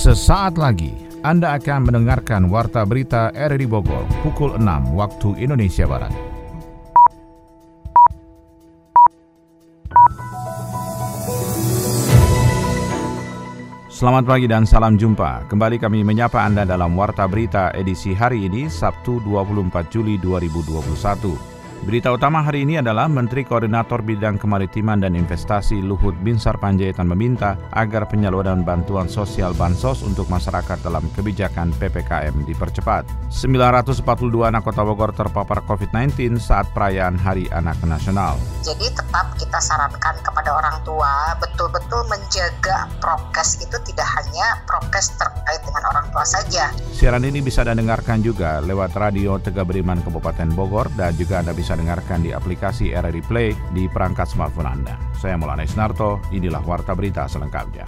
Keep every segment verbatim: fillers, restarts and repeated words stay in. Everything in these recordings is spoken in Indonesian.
Sesaat lagi Anda akan mendengarkan Warta Berita R R I Bogor pukul enam waktu Indonesia Barat. Selamat pagi dan salam jumpa. Kembali kami menyapa Anda dalam Warta Berita edisi hari ini, Sabtu dua puluh empat Juli dua ribu dua puluh satu. Berita utama hari ini adalah Menteri Koordinator Bidang Kemaritiman dan Investasi Luhut Binsar Panjaitan meminta agar penyaluran bantuan sosial Bansos untuk masyarakat dalam kebijakan P P K M dipercepat. sembilan ratus empat puluh dua anak Kota Bogor terpapar covid sembilan belas saat perayaan Hari Anak Nasional. Jadi tetap kita sarankan kepada orang tua betul-betul menjaga prokes itu, tidak hanya prokes terkait dengan orang tua saja. Siaran ini bisa Anda dengarkan juga lewat radio Tegak Beriman Kabupaten Bogor dan juga Anda bisa dengarkan di aplikasi R R I Play di perangkat smartphone Anda. Saya Maulana Isnarto, inilah Warta Berita selengkapnya.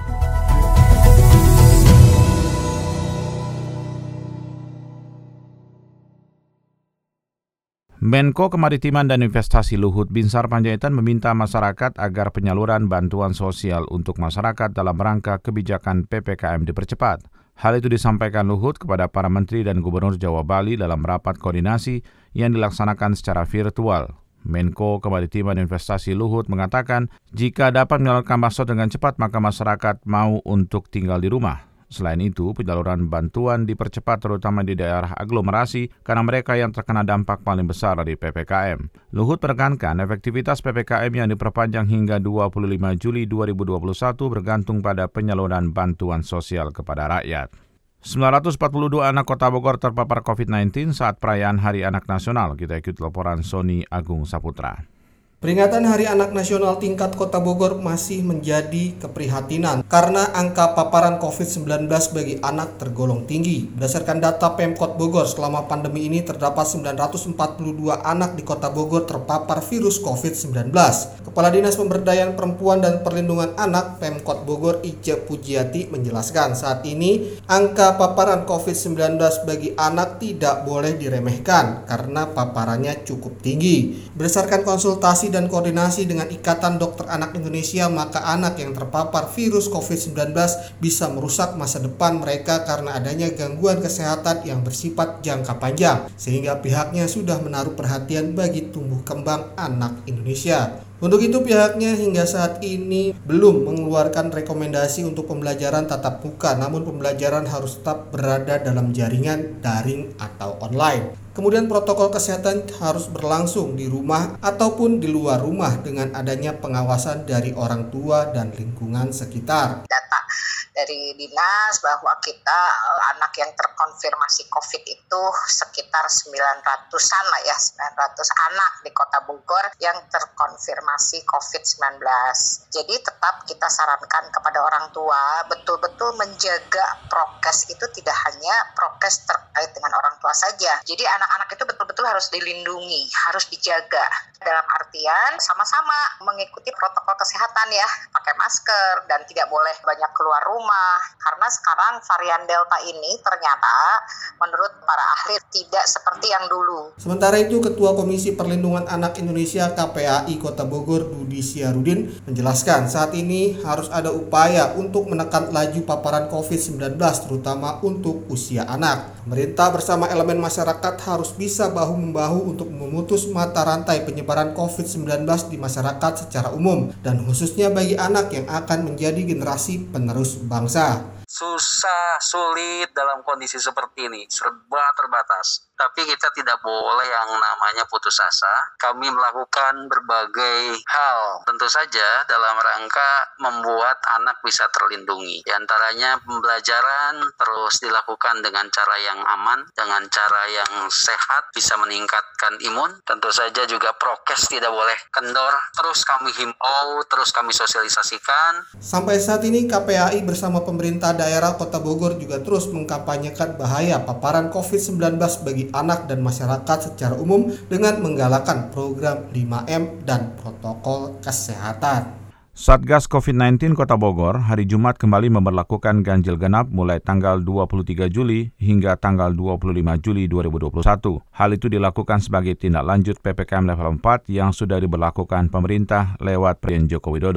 Menko Kemaritiman dan Investasi Luhut Binsar Panjaitan meminta masyarakat agar penyaluran bantuan sosial untuk masyarakat dalam rangka kebijakan P P K M dipercepat. Hal itu disampaikan Luhut kepada para menteri dan gubernur Jawa Bali dalam rapat koordinasi yang dilaksanakan secara virtual. Menko Kemaritiman dan Investasi Luhut mengatakan, jika dapat menyalurkan bansos dengan cepat, maka masyarakat mau untuk tinggal di rumah. Selain itu, penyaluran bantuan dipercepat terutama di daerah aglomerasi karena mereka yang terkena dampak paling besar dari P P K M. Luhut menekankan efektivitas P P K M yang diperpanjang hingga dua puluh lima Juli dua ribu dua puluh satu bergantung pada penyaluran bantuan sosial kepada rakyat. sembilan ratus empat puluh dua anak Kota Bogor terpapar covid sembilan belas saat perayaan Hari Anak Nasional. Kita ikuti laporan Sony Agung Saputra. Peringatan Hari Anak Nasional tingkat Kota Bogor masih menjadi keprihatinan karena angka paparan covid sembilan belas bagi anak tergolong tinggi. Berdasarkan data Pemkot Bogor, selama pandemi ini terdapat sembilan ratus empat puluh dua anak di Kota Bogor terpapar virus covid sembilan belas. Kepala Dinas Pemberdayaan Perempuan dan Perlindungan Anak Pemkot Bogor, Ica Pujiati, menjelaskan saat ini angka paparan covid sembilan belas bagi anak tidak boleh diremehkan karena paparannya cukup tinggi. Berdasarkan konsultasi dan koordinasi dengan Ikatan Dokter Anak Indonesia, maka anak yang terpapar virus covid sembilan belas bisa merusak masa depan mereka karena adanya gangguan kesehatan yang bersifat jangka panjang, sehingga pihaknya sudah menaruh perhatian bagi tumbuh kembang anak Indonesia. Untuk itu pihaknya hingga saat ini belum mengeluarkan rekomendasi untuk pembelajaran tatap muka, namun pembelajaran harus tetap berada dalam jaringan daring atau online. Kemudian protokol kesehatan harus berlangsung di rumah ataupun di luar rumah dengan adanya pengawasan dari orang tua dan lingkungan sekitar. Data dari dinas bahwa kita anak yang terkonfirmasi COVID itu sekitar sembilan ratusan lah ya, sembilan ratus anak di Kota Bogor yang terkonfirmasi covid sembilan belas. Jadi tetap kita sarankan kepada orang tua betul-betul menjaga prokes itu, tidak hanya prokes terkait dengan orang tua saja. Jadi anak-anak itu betul-betul harus dilindungi, harus dijaga. Dalam artian sama-sama mengikuti protokol kesehatan ya, pakai masker dan tidak boleh banyak keluar rumah. Karena sekarang varian Delta ini ternyata menurut para ahli tidak seperti yang dulu. Sementara itu, Ketua Komisi Perlindungan Anak Indonesia K P A I Kota Bogor, Dudi Syarudin, menjelaskan saat ini harus ada upaya untuk menekan laju paparan covid sembilan belas terutama untuk usia anak. Pemerintah bersama elemen masyarakat harus bisa bahu-membahu untuk memutus mata rantai penyebaran covid sembilan belas di masyarakat secara umum dan khususnya bagi anak yang akan menjadi generasi penerus bangsa. Susah, sulit dalam kondisi seperti ini, serba terbatas. Tapi kita tidak boleh yang namanya putus asa. Kami melakukan berbagai hal, tentu saja dalam rangka membuat anak bisa terlindungi. Di antaranya pembelajaran terus dilakukan dengan cara yang aman, dengan cara yang sehat, bisa meningkatkan imun. Tentu saja juga prokes tidak boleh kendor. Terus kami himbau, terus kami sosialisasikan. Sampai saat ini K P A I bersama pemerintah daerah Kota Bogor juga terus mengkampanyekan bahaya paparan covid sembilan belas bagi anak dan masyarakat secara umum dengan menggalakkan program lima M dan protokol kesehatan. Satgas covid sembilan belas Kota Bogor hari Jumat kembali memberlakukan ganjil genap mulai tanggal dua puluh tiga Juli hingga tanggal dua puluh lima Juli dua ribu dua puluh satu. Hal itu dilakukan sebagai tindak lanjut P P K M level empat yang sudah diberlakukan pemerintah lewat Presiden Joko Widodo.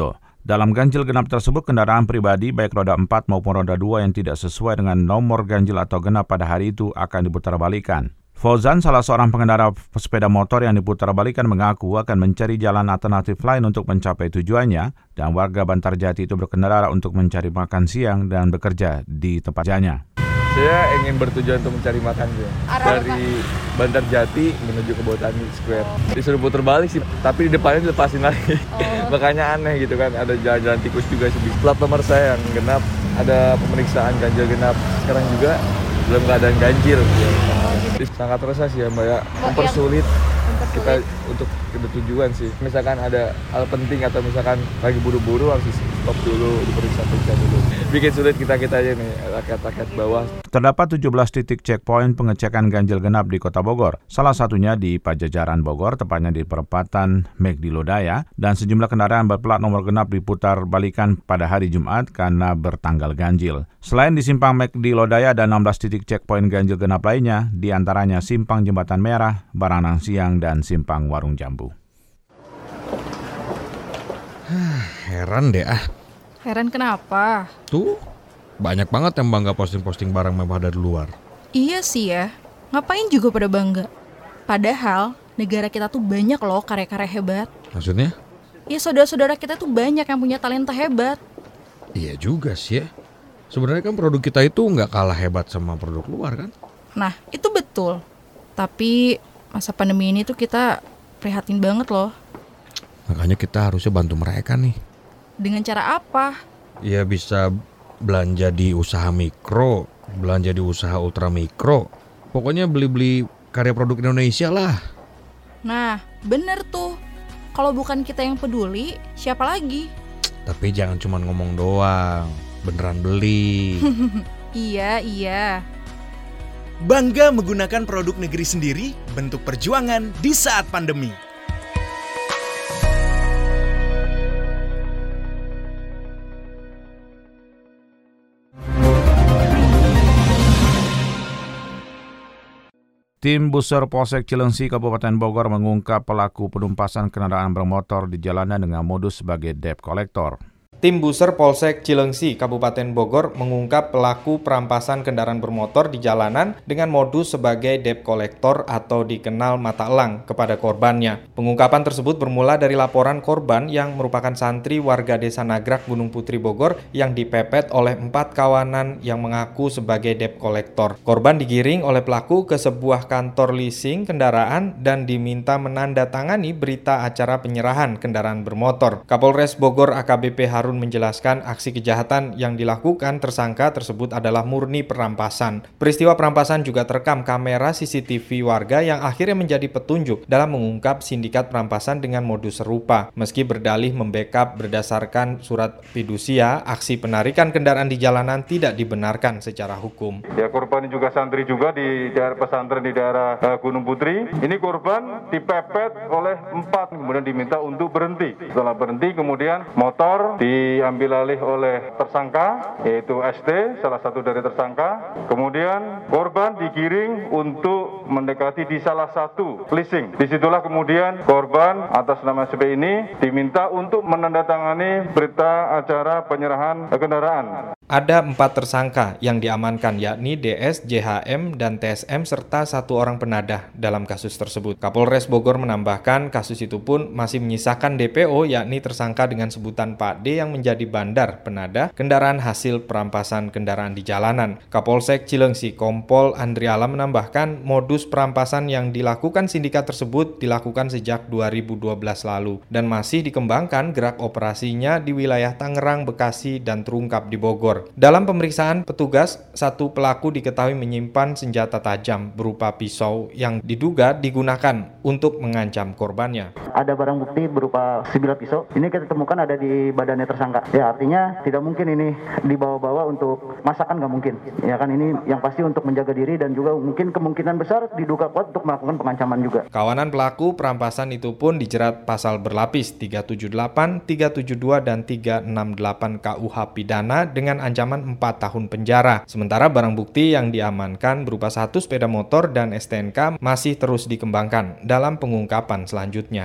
Dalam ganjil genap tersebut, kendaraan pribadi baik roda empat maupun roda dua yang tidak sesuai dengan nomor ganjil atau genap pada hari itu akan diputarbalikan. Fauzan, salah seorang pengendara sepeda motor yang diputarbalikan, mengaku akan mencari jalan alternatif lain untuk mencapai tujuannya, dan warga Bantarjati itu berkendara untuk mencari makan siang dan bekerja di tempat kerjanya. Saya ingin bertujuan untuk mencari makan sih. Dari Bantarjati menuju ke Botani Square. Disuruh putar balik sih, tapi di depannya dilepasin lagi. Oh. Makanya aneh gitu kan, ada jalan-jalan tikus juga sih. Plat nomor saya yang genap, ada pemeriksaan ganjil genap. Sekarang juga belum keadaan ganjil. Oh, gitu. Sangat resah sih ya Mbak ya, mempersulit kita untuk ke tujuan sih. Misalkan ada hal penting atau misalkan lagi buru-buru harus stop dulu, diperiksa-periksa dulu. Bikin sulit kita-kita aja nih, rakyat-rakyat bawah. Terdapat tujuh belas titik checkpoint pengecekan ganjil genap di Kota Bogor. Salah satunya di Pajajaran Bogor, tepatnya di perempatan McD Lodaya, dan sejumlah kendaraan berplat nomor genap diputar balikan pada hari Jumat karena bertanggal ganjil. Selain di Simpang McD Lodaya, ada enam belas titik checkpoint ganjil genap lainnya, di antaranya Simpang Jembatan Merah, Baranang Siang, dan Simpang Warung Jambu. Heran deh ah. Heran kenapa? Tuh, banyak banget yang bangga posting-posting barang mewah dari luar. Iya sih ya, ngapain juga pada bangga? Padahal negara kita tuh banyak loh karya-karya hebat. Maksudnya? Ya saudara-saudara kita tuh banyak yang punya talenta hebat. Iya juga sih ya. Sebenarnya kan produk kita itu nggak kalah hebat sama produk luar kan? Nah, itu betul. Tapi masa pandemi ini tuh kita prihatin banget loh. Makanya kita harusnya bantu mereka nih. Dengan cara apa? Ya bisa belanja di usaha mikro, belanja di usaha ultra mikro. Pokoknya beli-beli karya produk Indonesia lah. Nah, bener tuh. Kalau bukan kita yang peduli, siapa lagi? Tapi jangan cuma ngomong doang, beneran beli. Iya, iya. Bangga menggunakan produk negeri sendiri, bentuk perjuangan di saat pandemi. Tim Buser Polsek Cilengsi, Kabupaten Bogor mengungkap pelaku penumpasan kendaraan bermotor di jalanan dengan modus sebagai debt collector. Tim Buser Polsek Cilengsi, Kabupaten Bogor mengungkap pelaku perampasan kendaraan bermotor di jalanan dengan modus sebagai debt collector atau dikenal mata elang kepada korbannya. Pengungkapan tersebut bermula dari laporan korban yang merupakan santri warga Desa Nagrak, Gunung Putri, Bogor yang dipepet oleh empat kawanan yang mengaku sebagai debt collector. Korban digiring oleh pelaku ke sebuah kantor leasing kendaraan dan diminta menandatangani berita acara penyerahan kendaraan bermotor. Kapolres Bogor A K B P Harun menjelaskan aksi kejahatan yang dilakukan tersangka tersebut adalah murni perampasan. Peristiwa perampasan juga terekam kamera C C T V warga yang akhirnya menjadi petunjuk dalam mengungkap sindikat perampasan dengan modus serupa. Meski berdalih membackup berdasarkan surat fidusia, aksi penarikan kendaraan di jalanan tidak dibenarkan secara hukum. Ya, korban ini juga santri juga di daerah pesantren di daerah uh, Gunung Putri. Ini korban dipepet oleh empat, kemudian diminta untuk berhenti. Setelah berhenti, kemudian motor di diambil alih oleh tersangka, yaitu S T, salah satu dari tersangka. Kemudian korban digiring untuk mendekati di salah satu leasing. Disitulah kemudian korban atas nama S B ini diminta untuk menandatangani berita acara penyerahan kendaraan. Ada empat tersangka yang diamankan, yakni D S, J H M, dan T S M, serta satu orang penadah dalam kasus tersebut. Kapolres Bogor menambahkan kasus itu pun masih menyisakan D P O, yakni tersangka dengan sebutan Pak D yang menjadi bandar penadah kendaraan hasil perampasan kendaraan di jalanan. Kapolsek Cilengsi Kompol Andriala menambahkan modus perampasan yang dilakukan sindikat tersebut dilakukan sejak dua ribu dua belas lalu dan masih dikembangkan gerak operasinya di wilayah Tangerang, Bekasi, dan terungkap di Bogor. Dalam pemeriksaan petugas, satu pelaku diketahui menyimpan senjata tajam berupa pisau yang diduga digunakan untuk mengancam korbannya. Ada barang bukti berupa sebilah pisau. Ini kita temukan ada di badannya tersangka. Ya, artinya tidak mungkin ini dibawa-bawa untuk masakan, nggak mungkin. Ya kan, ini yang pasti untuk menjaga diri dan juga mungkin kemungkinan besar diduga kuat untuk melakukan pengancaman juga. Kawanan pelaku perampasan itu pun dijerat pasal berlapis tiga tujuh delapan, tiga tujuh dua, dan tiga enam delapan K U H pidana dengan ancaman empat tahun penjara. Sementara barang bukti yang diamankan berupa satu sepeda motor dan S T N K masih terus dikembangkan dalam pengungkapan selanjutnya.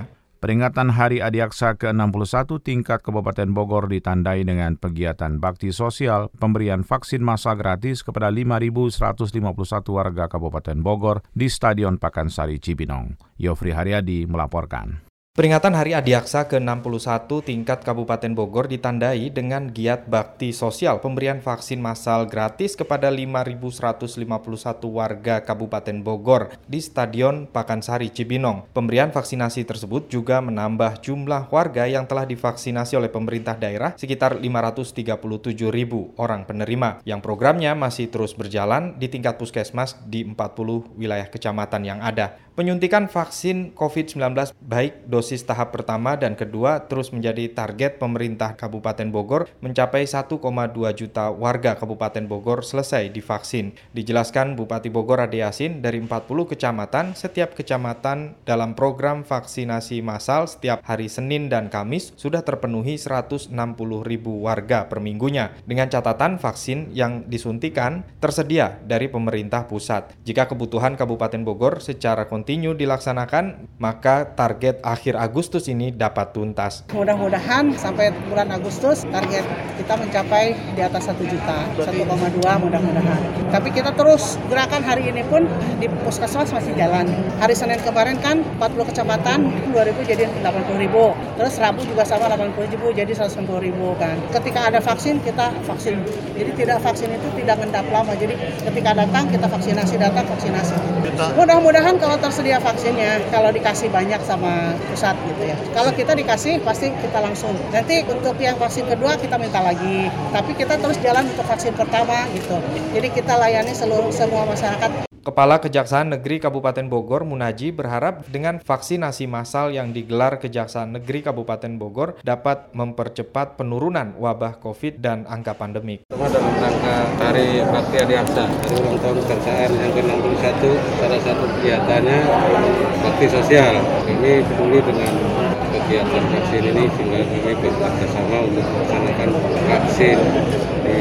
Peringatan Hari Adiaksa ke enam puluh satu tingkat Kabupaten Bogor ditandai dengan kegiatan bakti sosial pemberian vaksin massal gratis kepada lima ribu seratus lima puluh satu warga Kabupaten Bogor di Stadion Pakansari Cibinong. Yofri Haryadi melaporkan. Peringatan Hari Adiaksa ke enam puluh satu tingkat Kabupaten Bogor ditandai dengan giat bakti sosial pemberian vaksin massal gratis kepada lima ribu seratus lima puluh satu warga Kabupaten Bogor di Stadion Pakansari Cibinong. Pemberian vaksinasi tersebut juga menambah jumlah warga yang telah divaksinasi oleh pemerintah daerah sekitar lima ratus tiga puluh tujuh ribu orang penerima, yang programnya masih terus berjalan di tingkat puskesmas di empat puluh wilayah kecamatan yang ada. Penyuntikan vaksin covid sembilan belas baik dosis tahap pertama dan kedua terus menjadi target pemerintah Kabupaten Bogor mencapai satu koma dua juta warga Kabupaten Bogor selesai divaksin. Dijelaskan Bupati Bogor Ade Yasin, dari empat puluh kecamatan, setiap kecamatan dalam program vaksinasi massal setiap hari Senin dan Kamis sudah terpenuhi seratus enam puluh ribu warga per minggunya. Dengan catatan vaksin yang disuntikan tersedia dari pemerintah pusat. Jika kebutuhan Kabupaten Bogor secara kontinu dilaksanakan, maka target akhir Agustus ini dapat tuntas. Mudah-mudahan sampai bulan Agustus target kita mencapai di atas satu juta, satu koma dua mudah-mudahan. Tapi kita terus gerakan hari ini pun di puskesmas masih jalan. Hari Senin kemarin kan empat puluh kecamatan, dua ribu jadi delapan puluh ribu. Terus Rabu juga sama delapan puluh ribu jadi seratus enam puluh ribu kan. Ketika ada vaksin kita vaksin. Jadi tidak vaksin itu tidak ngendap lama. Jadi ketika datang kita vaksinasi, datang vaksinasi. Mudah-mudahan kalau tersedia vaksinnya, kalau dikasih banyak sama pusat gitu ya. Kalau kita dikasih pasti kita langsung. Nanti untuk yang vaksin kedua kita minta lagi. Tapi kita terus jalan untuk vaksin pertama gitu. Jadi kita layani seluruh semua masyarakat. Kepala Kejaksaan Negeri Kabupaten Bogor, Munaji, berharap dengan vaksinasi massal yang digelar Kejaksaan Negeri Kabupaten Bogor dapat mempercepat penurunan wabah COVID dan angka pandemik. Dalam rangka Hari Bakti Adiaksa, hari ulang tahun Kejaksaan yang ke enam puluh satu, salah satu kegiatannya bakti sosial. Kami peduli dengan kegiatan vaksin ini sehingga kami bekerja sama untuk melaksanakan vaksin di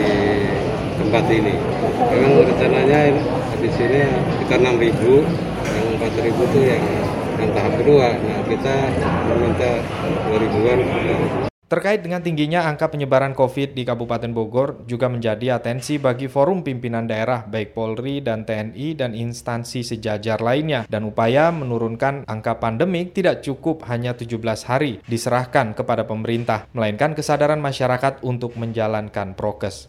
tempat ini. Memang rencananya di sini sekitar enam ribu, yang empat ribu itu yang, yang tahap kedua. Nah, kita meminta dua ribuan. Terkait dengan tingginya angka penyebaran COVID di Kabupaten Bogor juga menjadi atensi bagi forum pimpinan daerah baik Polri dan T N I dan instansi sejajar lainnya, dan upaya menurunkan angka pandemik tidak cukup hanya tujuh belas hari diserahkan kepada pemerintah, melainkan kesadaran masyarakat untuk menjalankan prokes.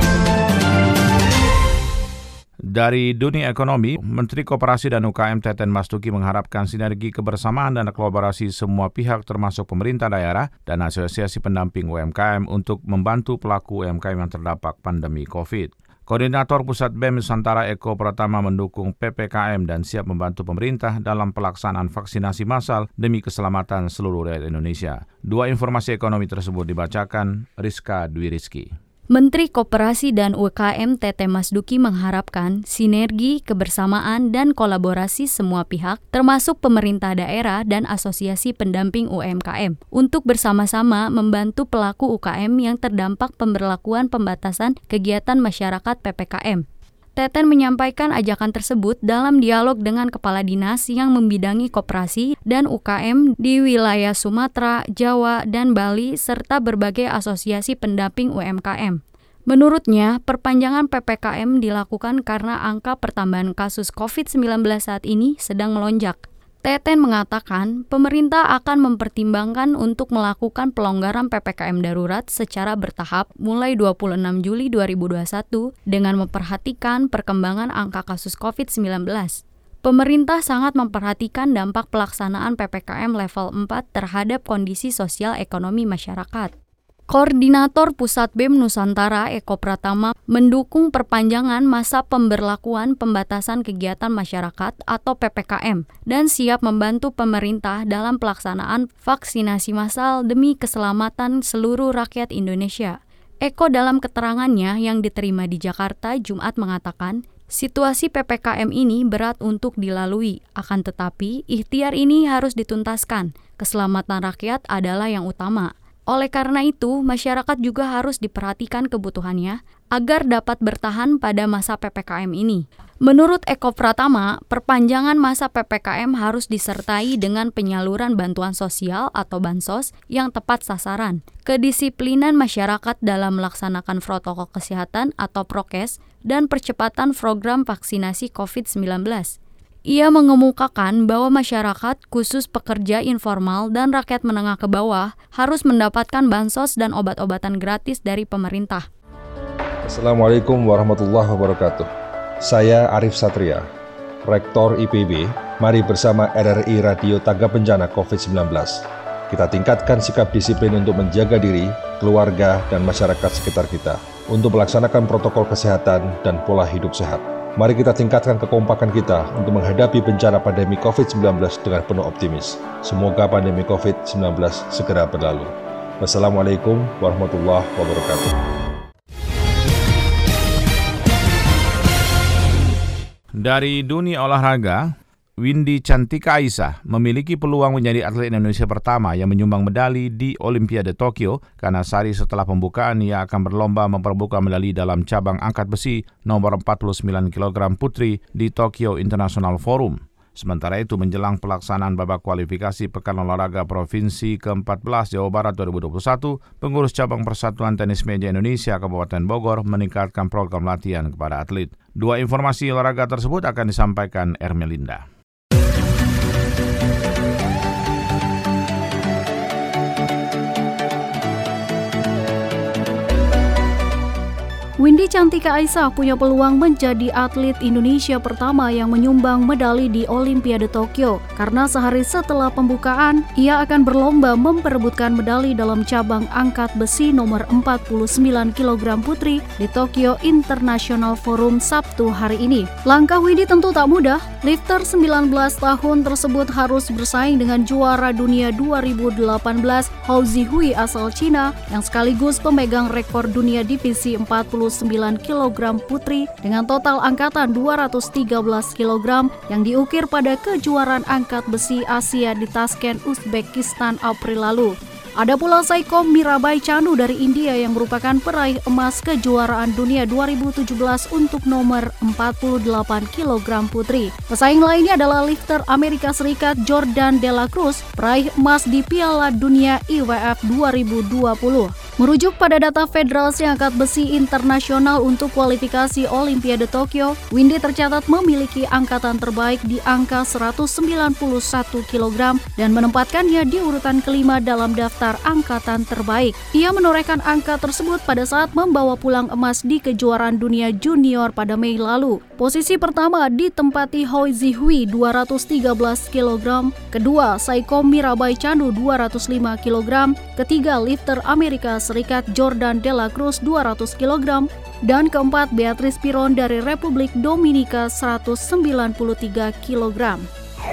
Dari dunia ekonomi, Menteri Koperasi dan U K M Teten Mas Duki mengharapkan sinergi kebersamaan dan kolaborasi semua pihak termasuk pemerintah daerah dan asosiasi pendamping U M K M untuk membantu pelaku U M K M yang terdampak pandemi COVID. Koordinator Pusat B E M Nusantara Eko Pratama mendukung P P K M dan siap membantu pemerintah dalam pelaksanaan vaksinasi massal demi keselamatan seluruh rakyat Indonesia. Dua informasi ekonomi tersebut dibacakan Rizka Dwi Rizky. Menteri Koperasi dan U K M Teten Mas Duki mengharapkan sinergi, kebersamaan, dan kolaborasi semua pihak, termasuk pemerintah daerah dan asosiasi pendamping U M K M, untuk bersama-sama membantu pelaku U K M yang terdampak pemberlakuan pembatasan kegiatan masyarakat P P K M. Teten menyampaikan ajakan tersebut dalam dialog dengan kepala dinas yang membidangi koperasi dan U K M di wilayah Sumatera, Jawa, dan Bali, serta berbagai asosiasi pendamping U M K M. Menurutnya, perpanjangan P P K M dilakukan karena angka pertambahan kasus covid sembilan belas saat ini sedang melonjak. Teten mengatakan pemerintah akan mempertimbangkan untuk melakukan pelonggaran P P K M darurat secara bertahap mulai dua puluh enam Juli dua ribu dua puluh satu dengan memperhatikan perkembangan angka kasus covid sembilan belas. Pemerintah sangat memperhatikan dampak pelaksanaan P P K M level empat terhadap kondisi sosial ekonomi masyarakat. Koordinator Pusat B E M Nusantara Eko Pratama mendukung perpanjangan masa pemberlakuan pembatasan kegiatan masyarakat atau P P K M dan siap membantu pemerintah dalam pelaksanaan vaksinasi massal demi keselamatan seluruh rakyat Indonesia. Eko dalam keterangannya yang diterima di Jakarta Jumat mengatakan, situasi P P K M ini berat untuk dilalui, akan tetapi ikhtiar ini harus dituntaskan. Keselamatan rakyat adalah yang utama. Oleh karena itu, masyarakat juga harus diperhatikan kebutuhannya agar dapat bertahan pada masa P P K M ini. Menurut Eko Pratama, perpanjangan masa P P K M harus disertai dengan penyaluran bantuan sosial atau bansos yang tepat sasaran, kedisiplinan masyarakat dalam melaksanakan protokol kesehatan atau prokes, dan percepatan program vaksinasi covid sembilan belas. Ia mengemukakan bahwa masyarakat, khusus pekerja informal dan rakyat menengah ke bawah, harus mendapatkan bansos dan obat-obatan gratis dari pemerintah. Assalamualaikum warahmatullahi wabarakatuh. Saya Arif Satria, Rektor I P B. Mari bersama R R I Radio Tanggap Bencana covid sembilan belas. Kita tingkatkan sikap disiplin untuk menjaga diri, keluarga, dan masyarakat sekitar kita untuk melaksanakan protokol kesehatan dan pola hidup sehat. Mari kita tingkatkan kekompakan kita untuk menghadapi bencana pandemi covid sembilan belas dengan penuh optimis. Semoga pandemi covid sembilan belas segera berlalu. Wassalamualaikum warahmatullahi wabarakatuh. Dari dunia olahraga, Windy Cantika Aisyah memiliki peluang menjadi atlet Indonesia pertama yang menyumbang medali di Olimpiade Tokyo karena sehari setelah pembukaan ia akan berlomba memperebutkan medali dalam cabang angkat besi nomor empat puluh sembilan kilogram putri di Tokyo International Forum. Sementara itu, menjelang pelaksanaan babak kualifikasi Pekan Olahraga Provinsi ke empat belas Jawa Barat dua ribu dua puluh satu, pengurus cabang Persatuan Tenis Meja Indonesia Kabupaten Bogor meningkatkan program latihan kepada atlet. Dua informasi olahraga tersebut akan disampaikan Ermelinda. Windy Cantika Aisyah punya peluang menjadi atlet Indonesia pertama yang menyumbang medali di Olimpiade Tokyo. Karena sehari setelah pembukaan, ia akan berlomba memperebutkan medali dalam cabang angkat besi nomor empat puluh sembilan kilogram putri di Tokyo International Forum Sabtu hari ini. Langkah Windy tentu tak mudah. Lifter sembilan belas tahun tersebut harus bersaing dengan juara dunia dua ribu delapan belas Hou Zihui asal Cina yang sekaligus pemegang rekor dunia divisi empat puluh sembilan kilogram putri dengan total angkatan dua ratus tiga belas kilogram yang diukir pada kejuaraan angkat besi Asia di Tashkent, Uzbekistan April lalu. Ada pula Saiko Mirabai Chanu dari India yang merupakan peraih emas kejuaraan dunia dua ribu tujuh belas untuk nomor empat puluh delapan kilogram putri. Pesaing lainnya adalah lifter Amerika Serikat Jordan De La Cruz, peraih emas di Piala Dunia I W F dua ribu dua puluh. Merujuk pada data Federasi Angkat Besi Internasional untuk kualifikasi Olimpiade Tokyo, Windy tercatat memiliki angkatan terbaik di angka seratus sembilan puluh satu kilogram dan menempatkannya di urutan kelima dalam daftar angkatan terbaik. Ia menorehkan angka tersebut pada saat membawa pulang emas di kejuaraan dunia junior pada Mei lalu. Posisi pertama ditempati Hou Zihui dua ratus tiga belas kilogram, kedua Saiko Mirabai Chanu dua ratus lima kilogram, ketiga lifter Amerika Serikat Jordan De La Cruz dua ratus kilogram, dan keempat Beatrice Piron dari Republik Dominika seratus sembilan puluh tiga kilogram.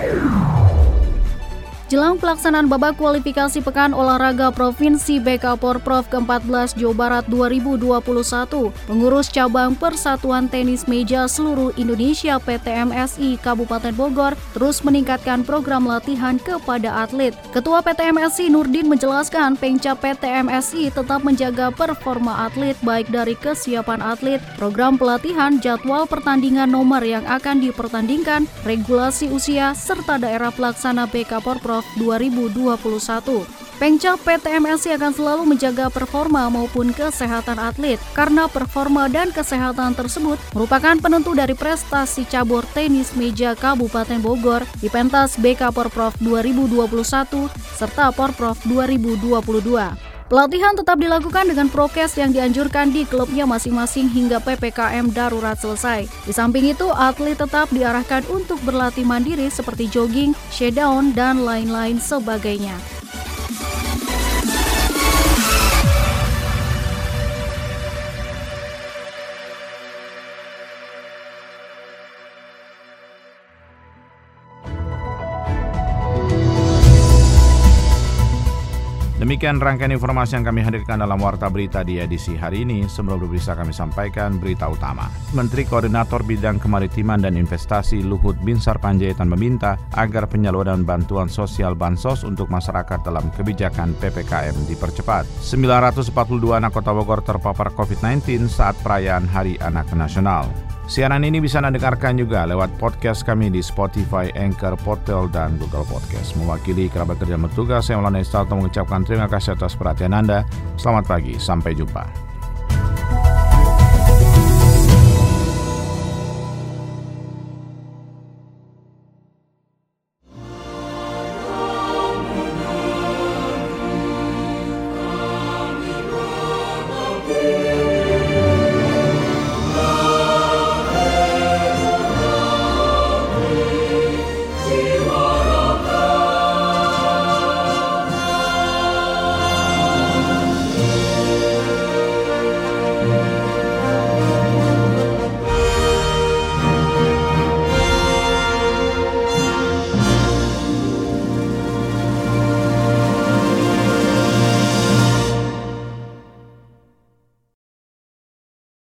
Jelang pelaksanaan babak kualifikasi Pekan Olahraga Provinsi B K Porprov ke empat belas Jawa Barat dua ribu dua puluh satu, pengurus cabang Persatuan Tenis Meja Seluruh Indonesia P T M S I Kabupaten Bogor terus meningkatkan program latihan kepada atlet. Ketua P T M S I Nurdin menjelaskan Pengcap P T M S I tetap menjaga performa atlet baik dari kesiapan atlet, program pelatihan, jadwal pertandingan nomor yang akan dipertandingkan, regulasi usia, serta daerah pelaksana B K Porprov dua ribu dua puluh satu. Pengcap P T M S I akan selalu menjaga performa maupun kesehatan atlet karena performa dan kesehatan tersebut merupakan penentu dari prestasi cabur tenis meja Kabupaten Bogor di pentas B K Porprov dua ribu dua puluh satu serta Porprov dua ribu dua puluh dua. Pelatihan tetap dilakukan dengan prokes yang dianjurkan di klubnya masing-masing hingga P P K M darurat selesai. Di samping itu, atlet tetap diarahkan untuk berlatih mandiri seperti jogging, shakedown, dan lain-lain sebagainya. Demikian rangkaian informasi yang kami hadirkan dalam Warta Berita di edisi hari ini. Sebelum bisa kami sampaikan berita utama. Menteri Koordinator Bidang Kemaritiman dan Investasi Luhut Binsar Panjaitan meminta agar penyaluran bantuan sosial Bansos untuk masyarakat dalam kebijakan P P K M dipercepat. sembilan ratus empat puluh dua anak Kota Bogor terpapar covid sembilan belas saat perayaan Hari Anak Nasional. Siaran ini bisa Anda dengarkan juga lewat podcast kami di Spotify, Anchor, Portal, dan Google Podcast. Mewakili kerabat kerja bertugas, saya Maulana Istalto mengucapkan terima kasih atas perhatian Anda. Selamat pagi, sampai jumpa.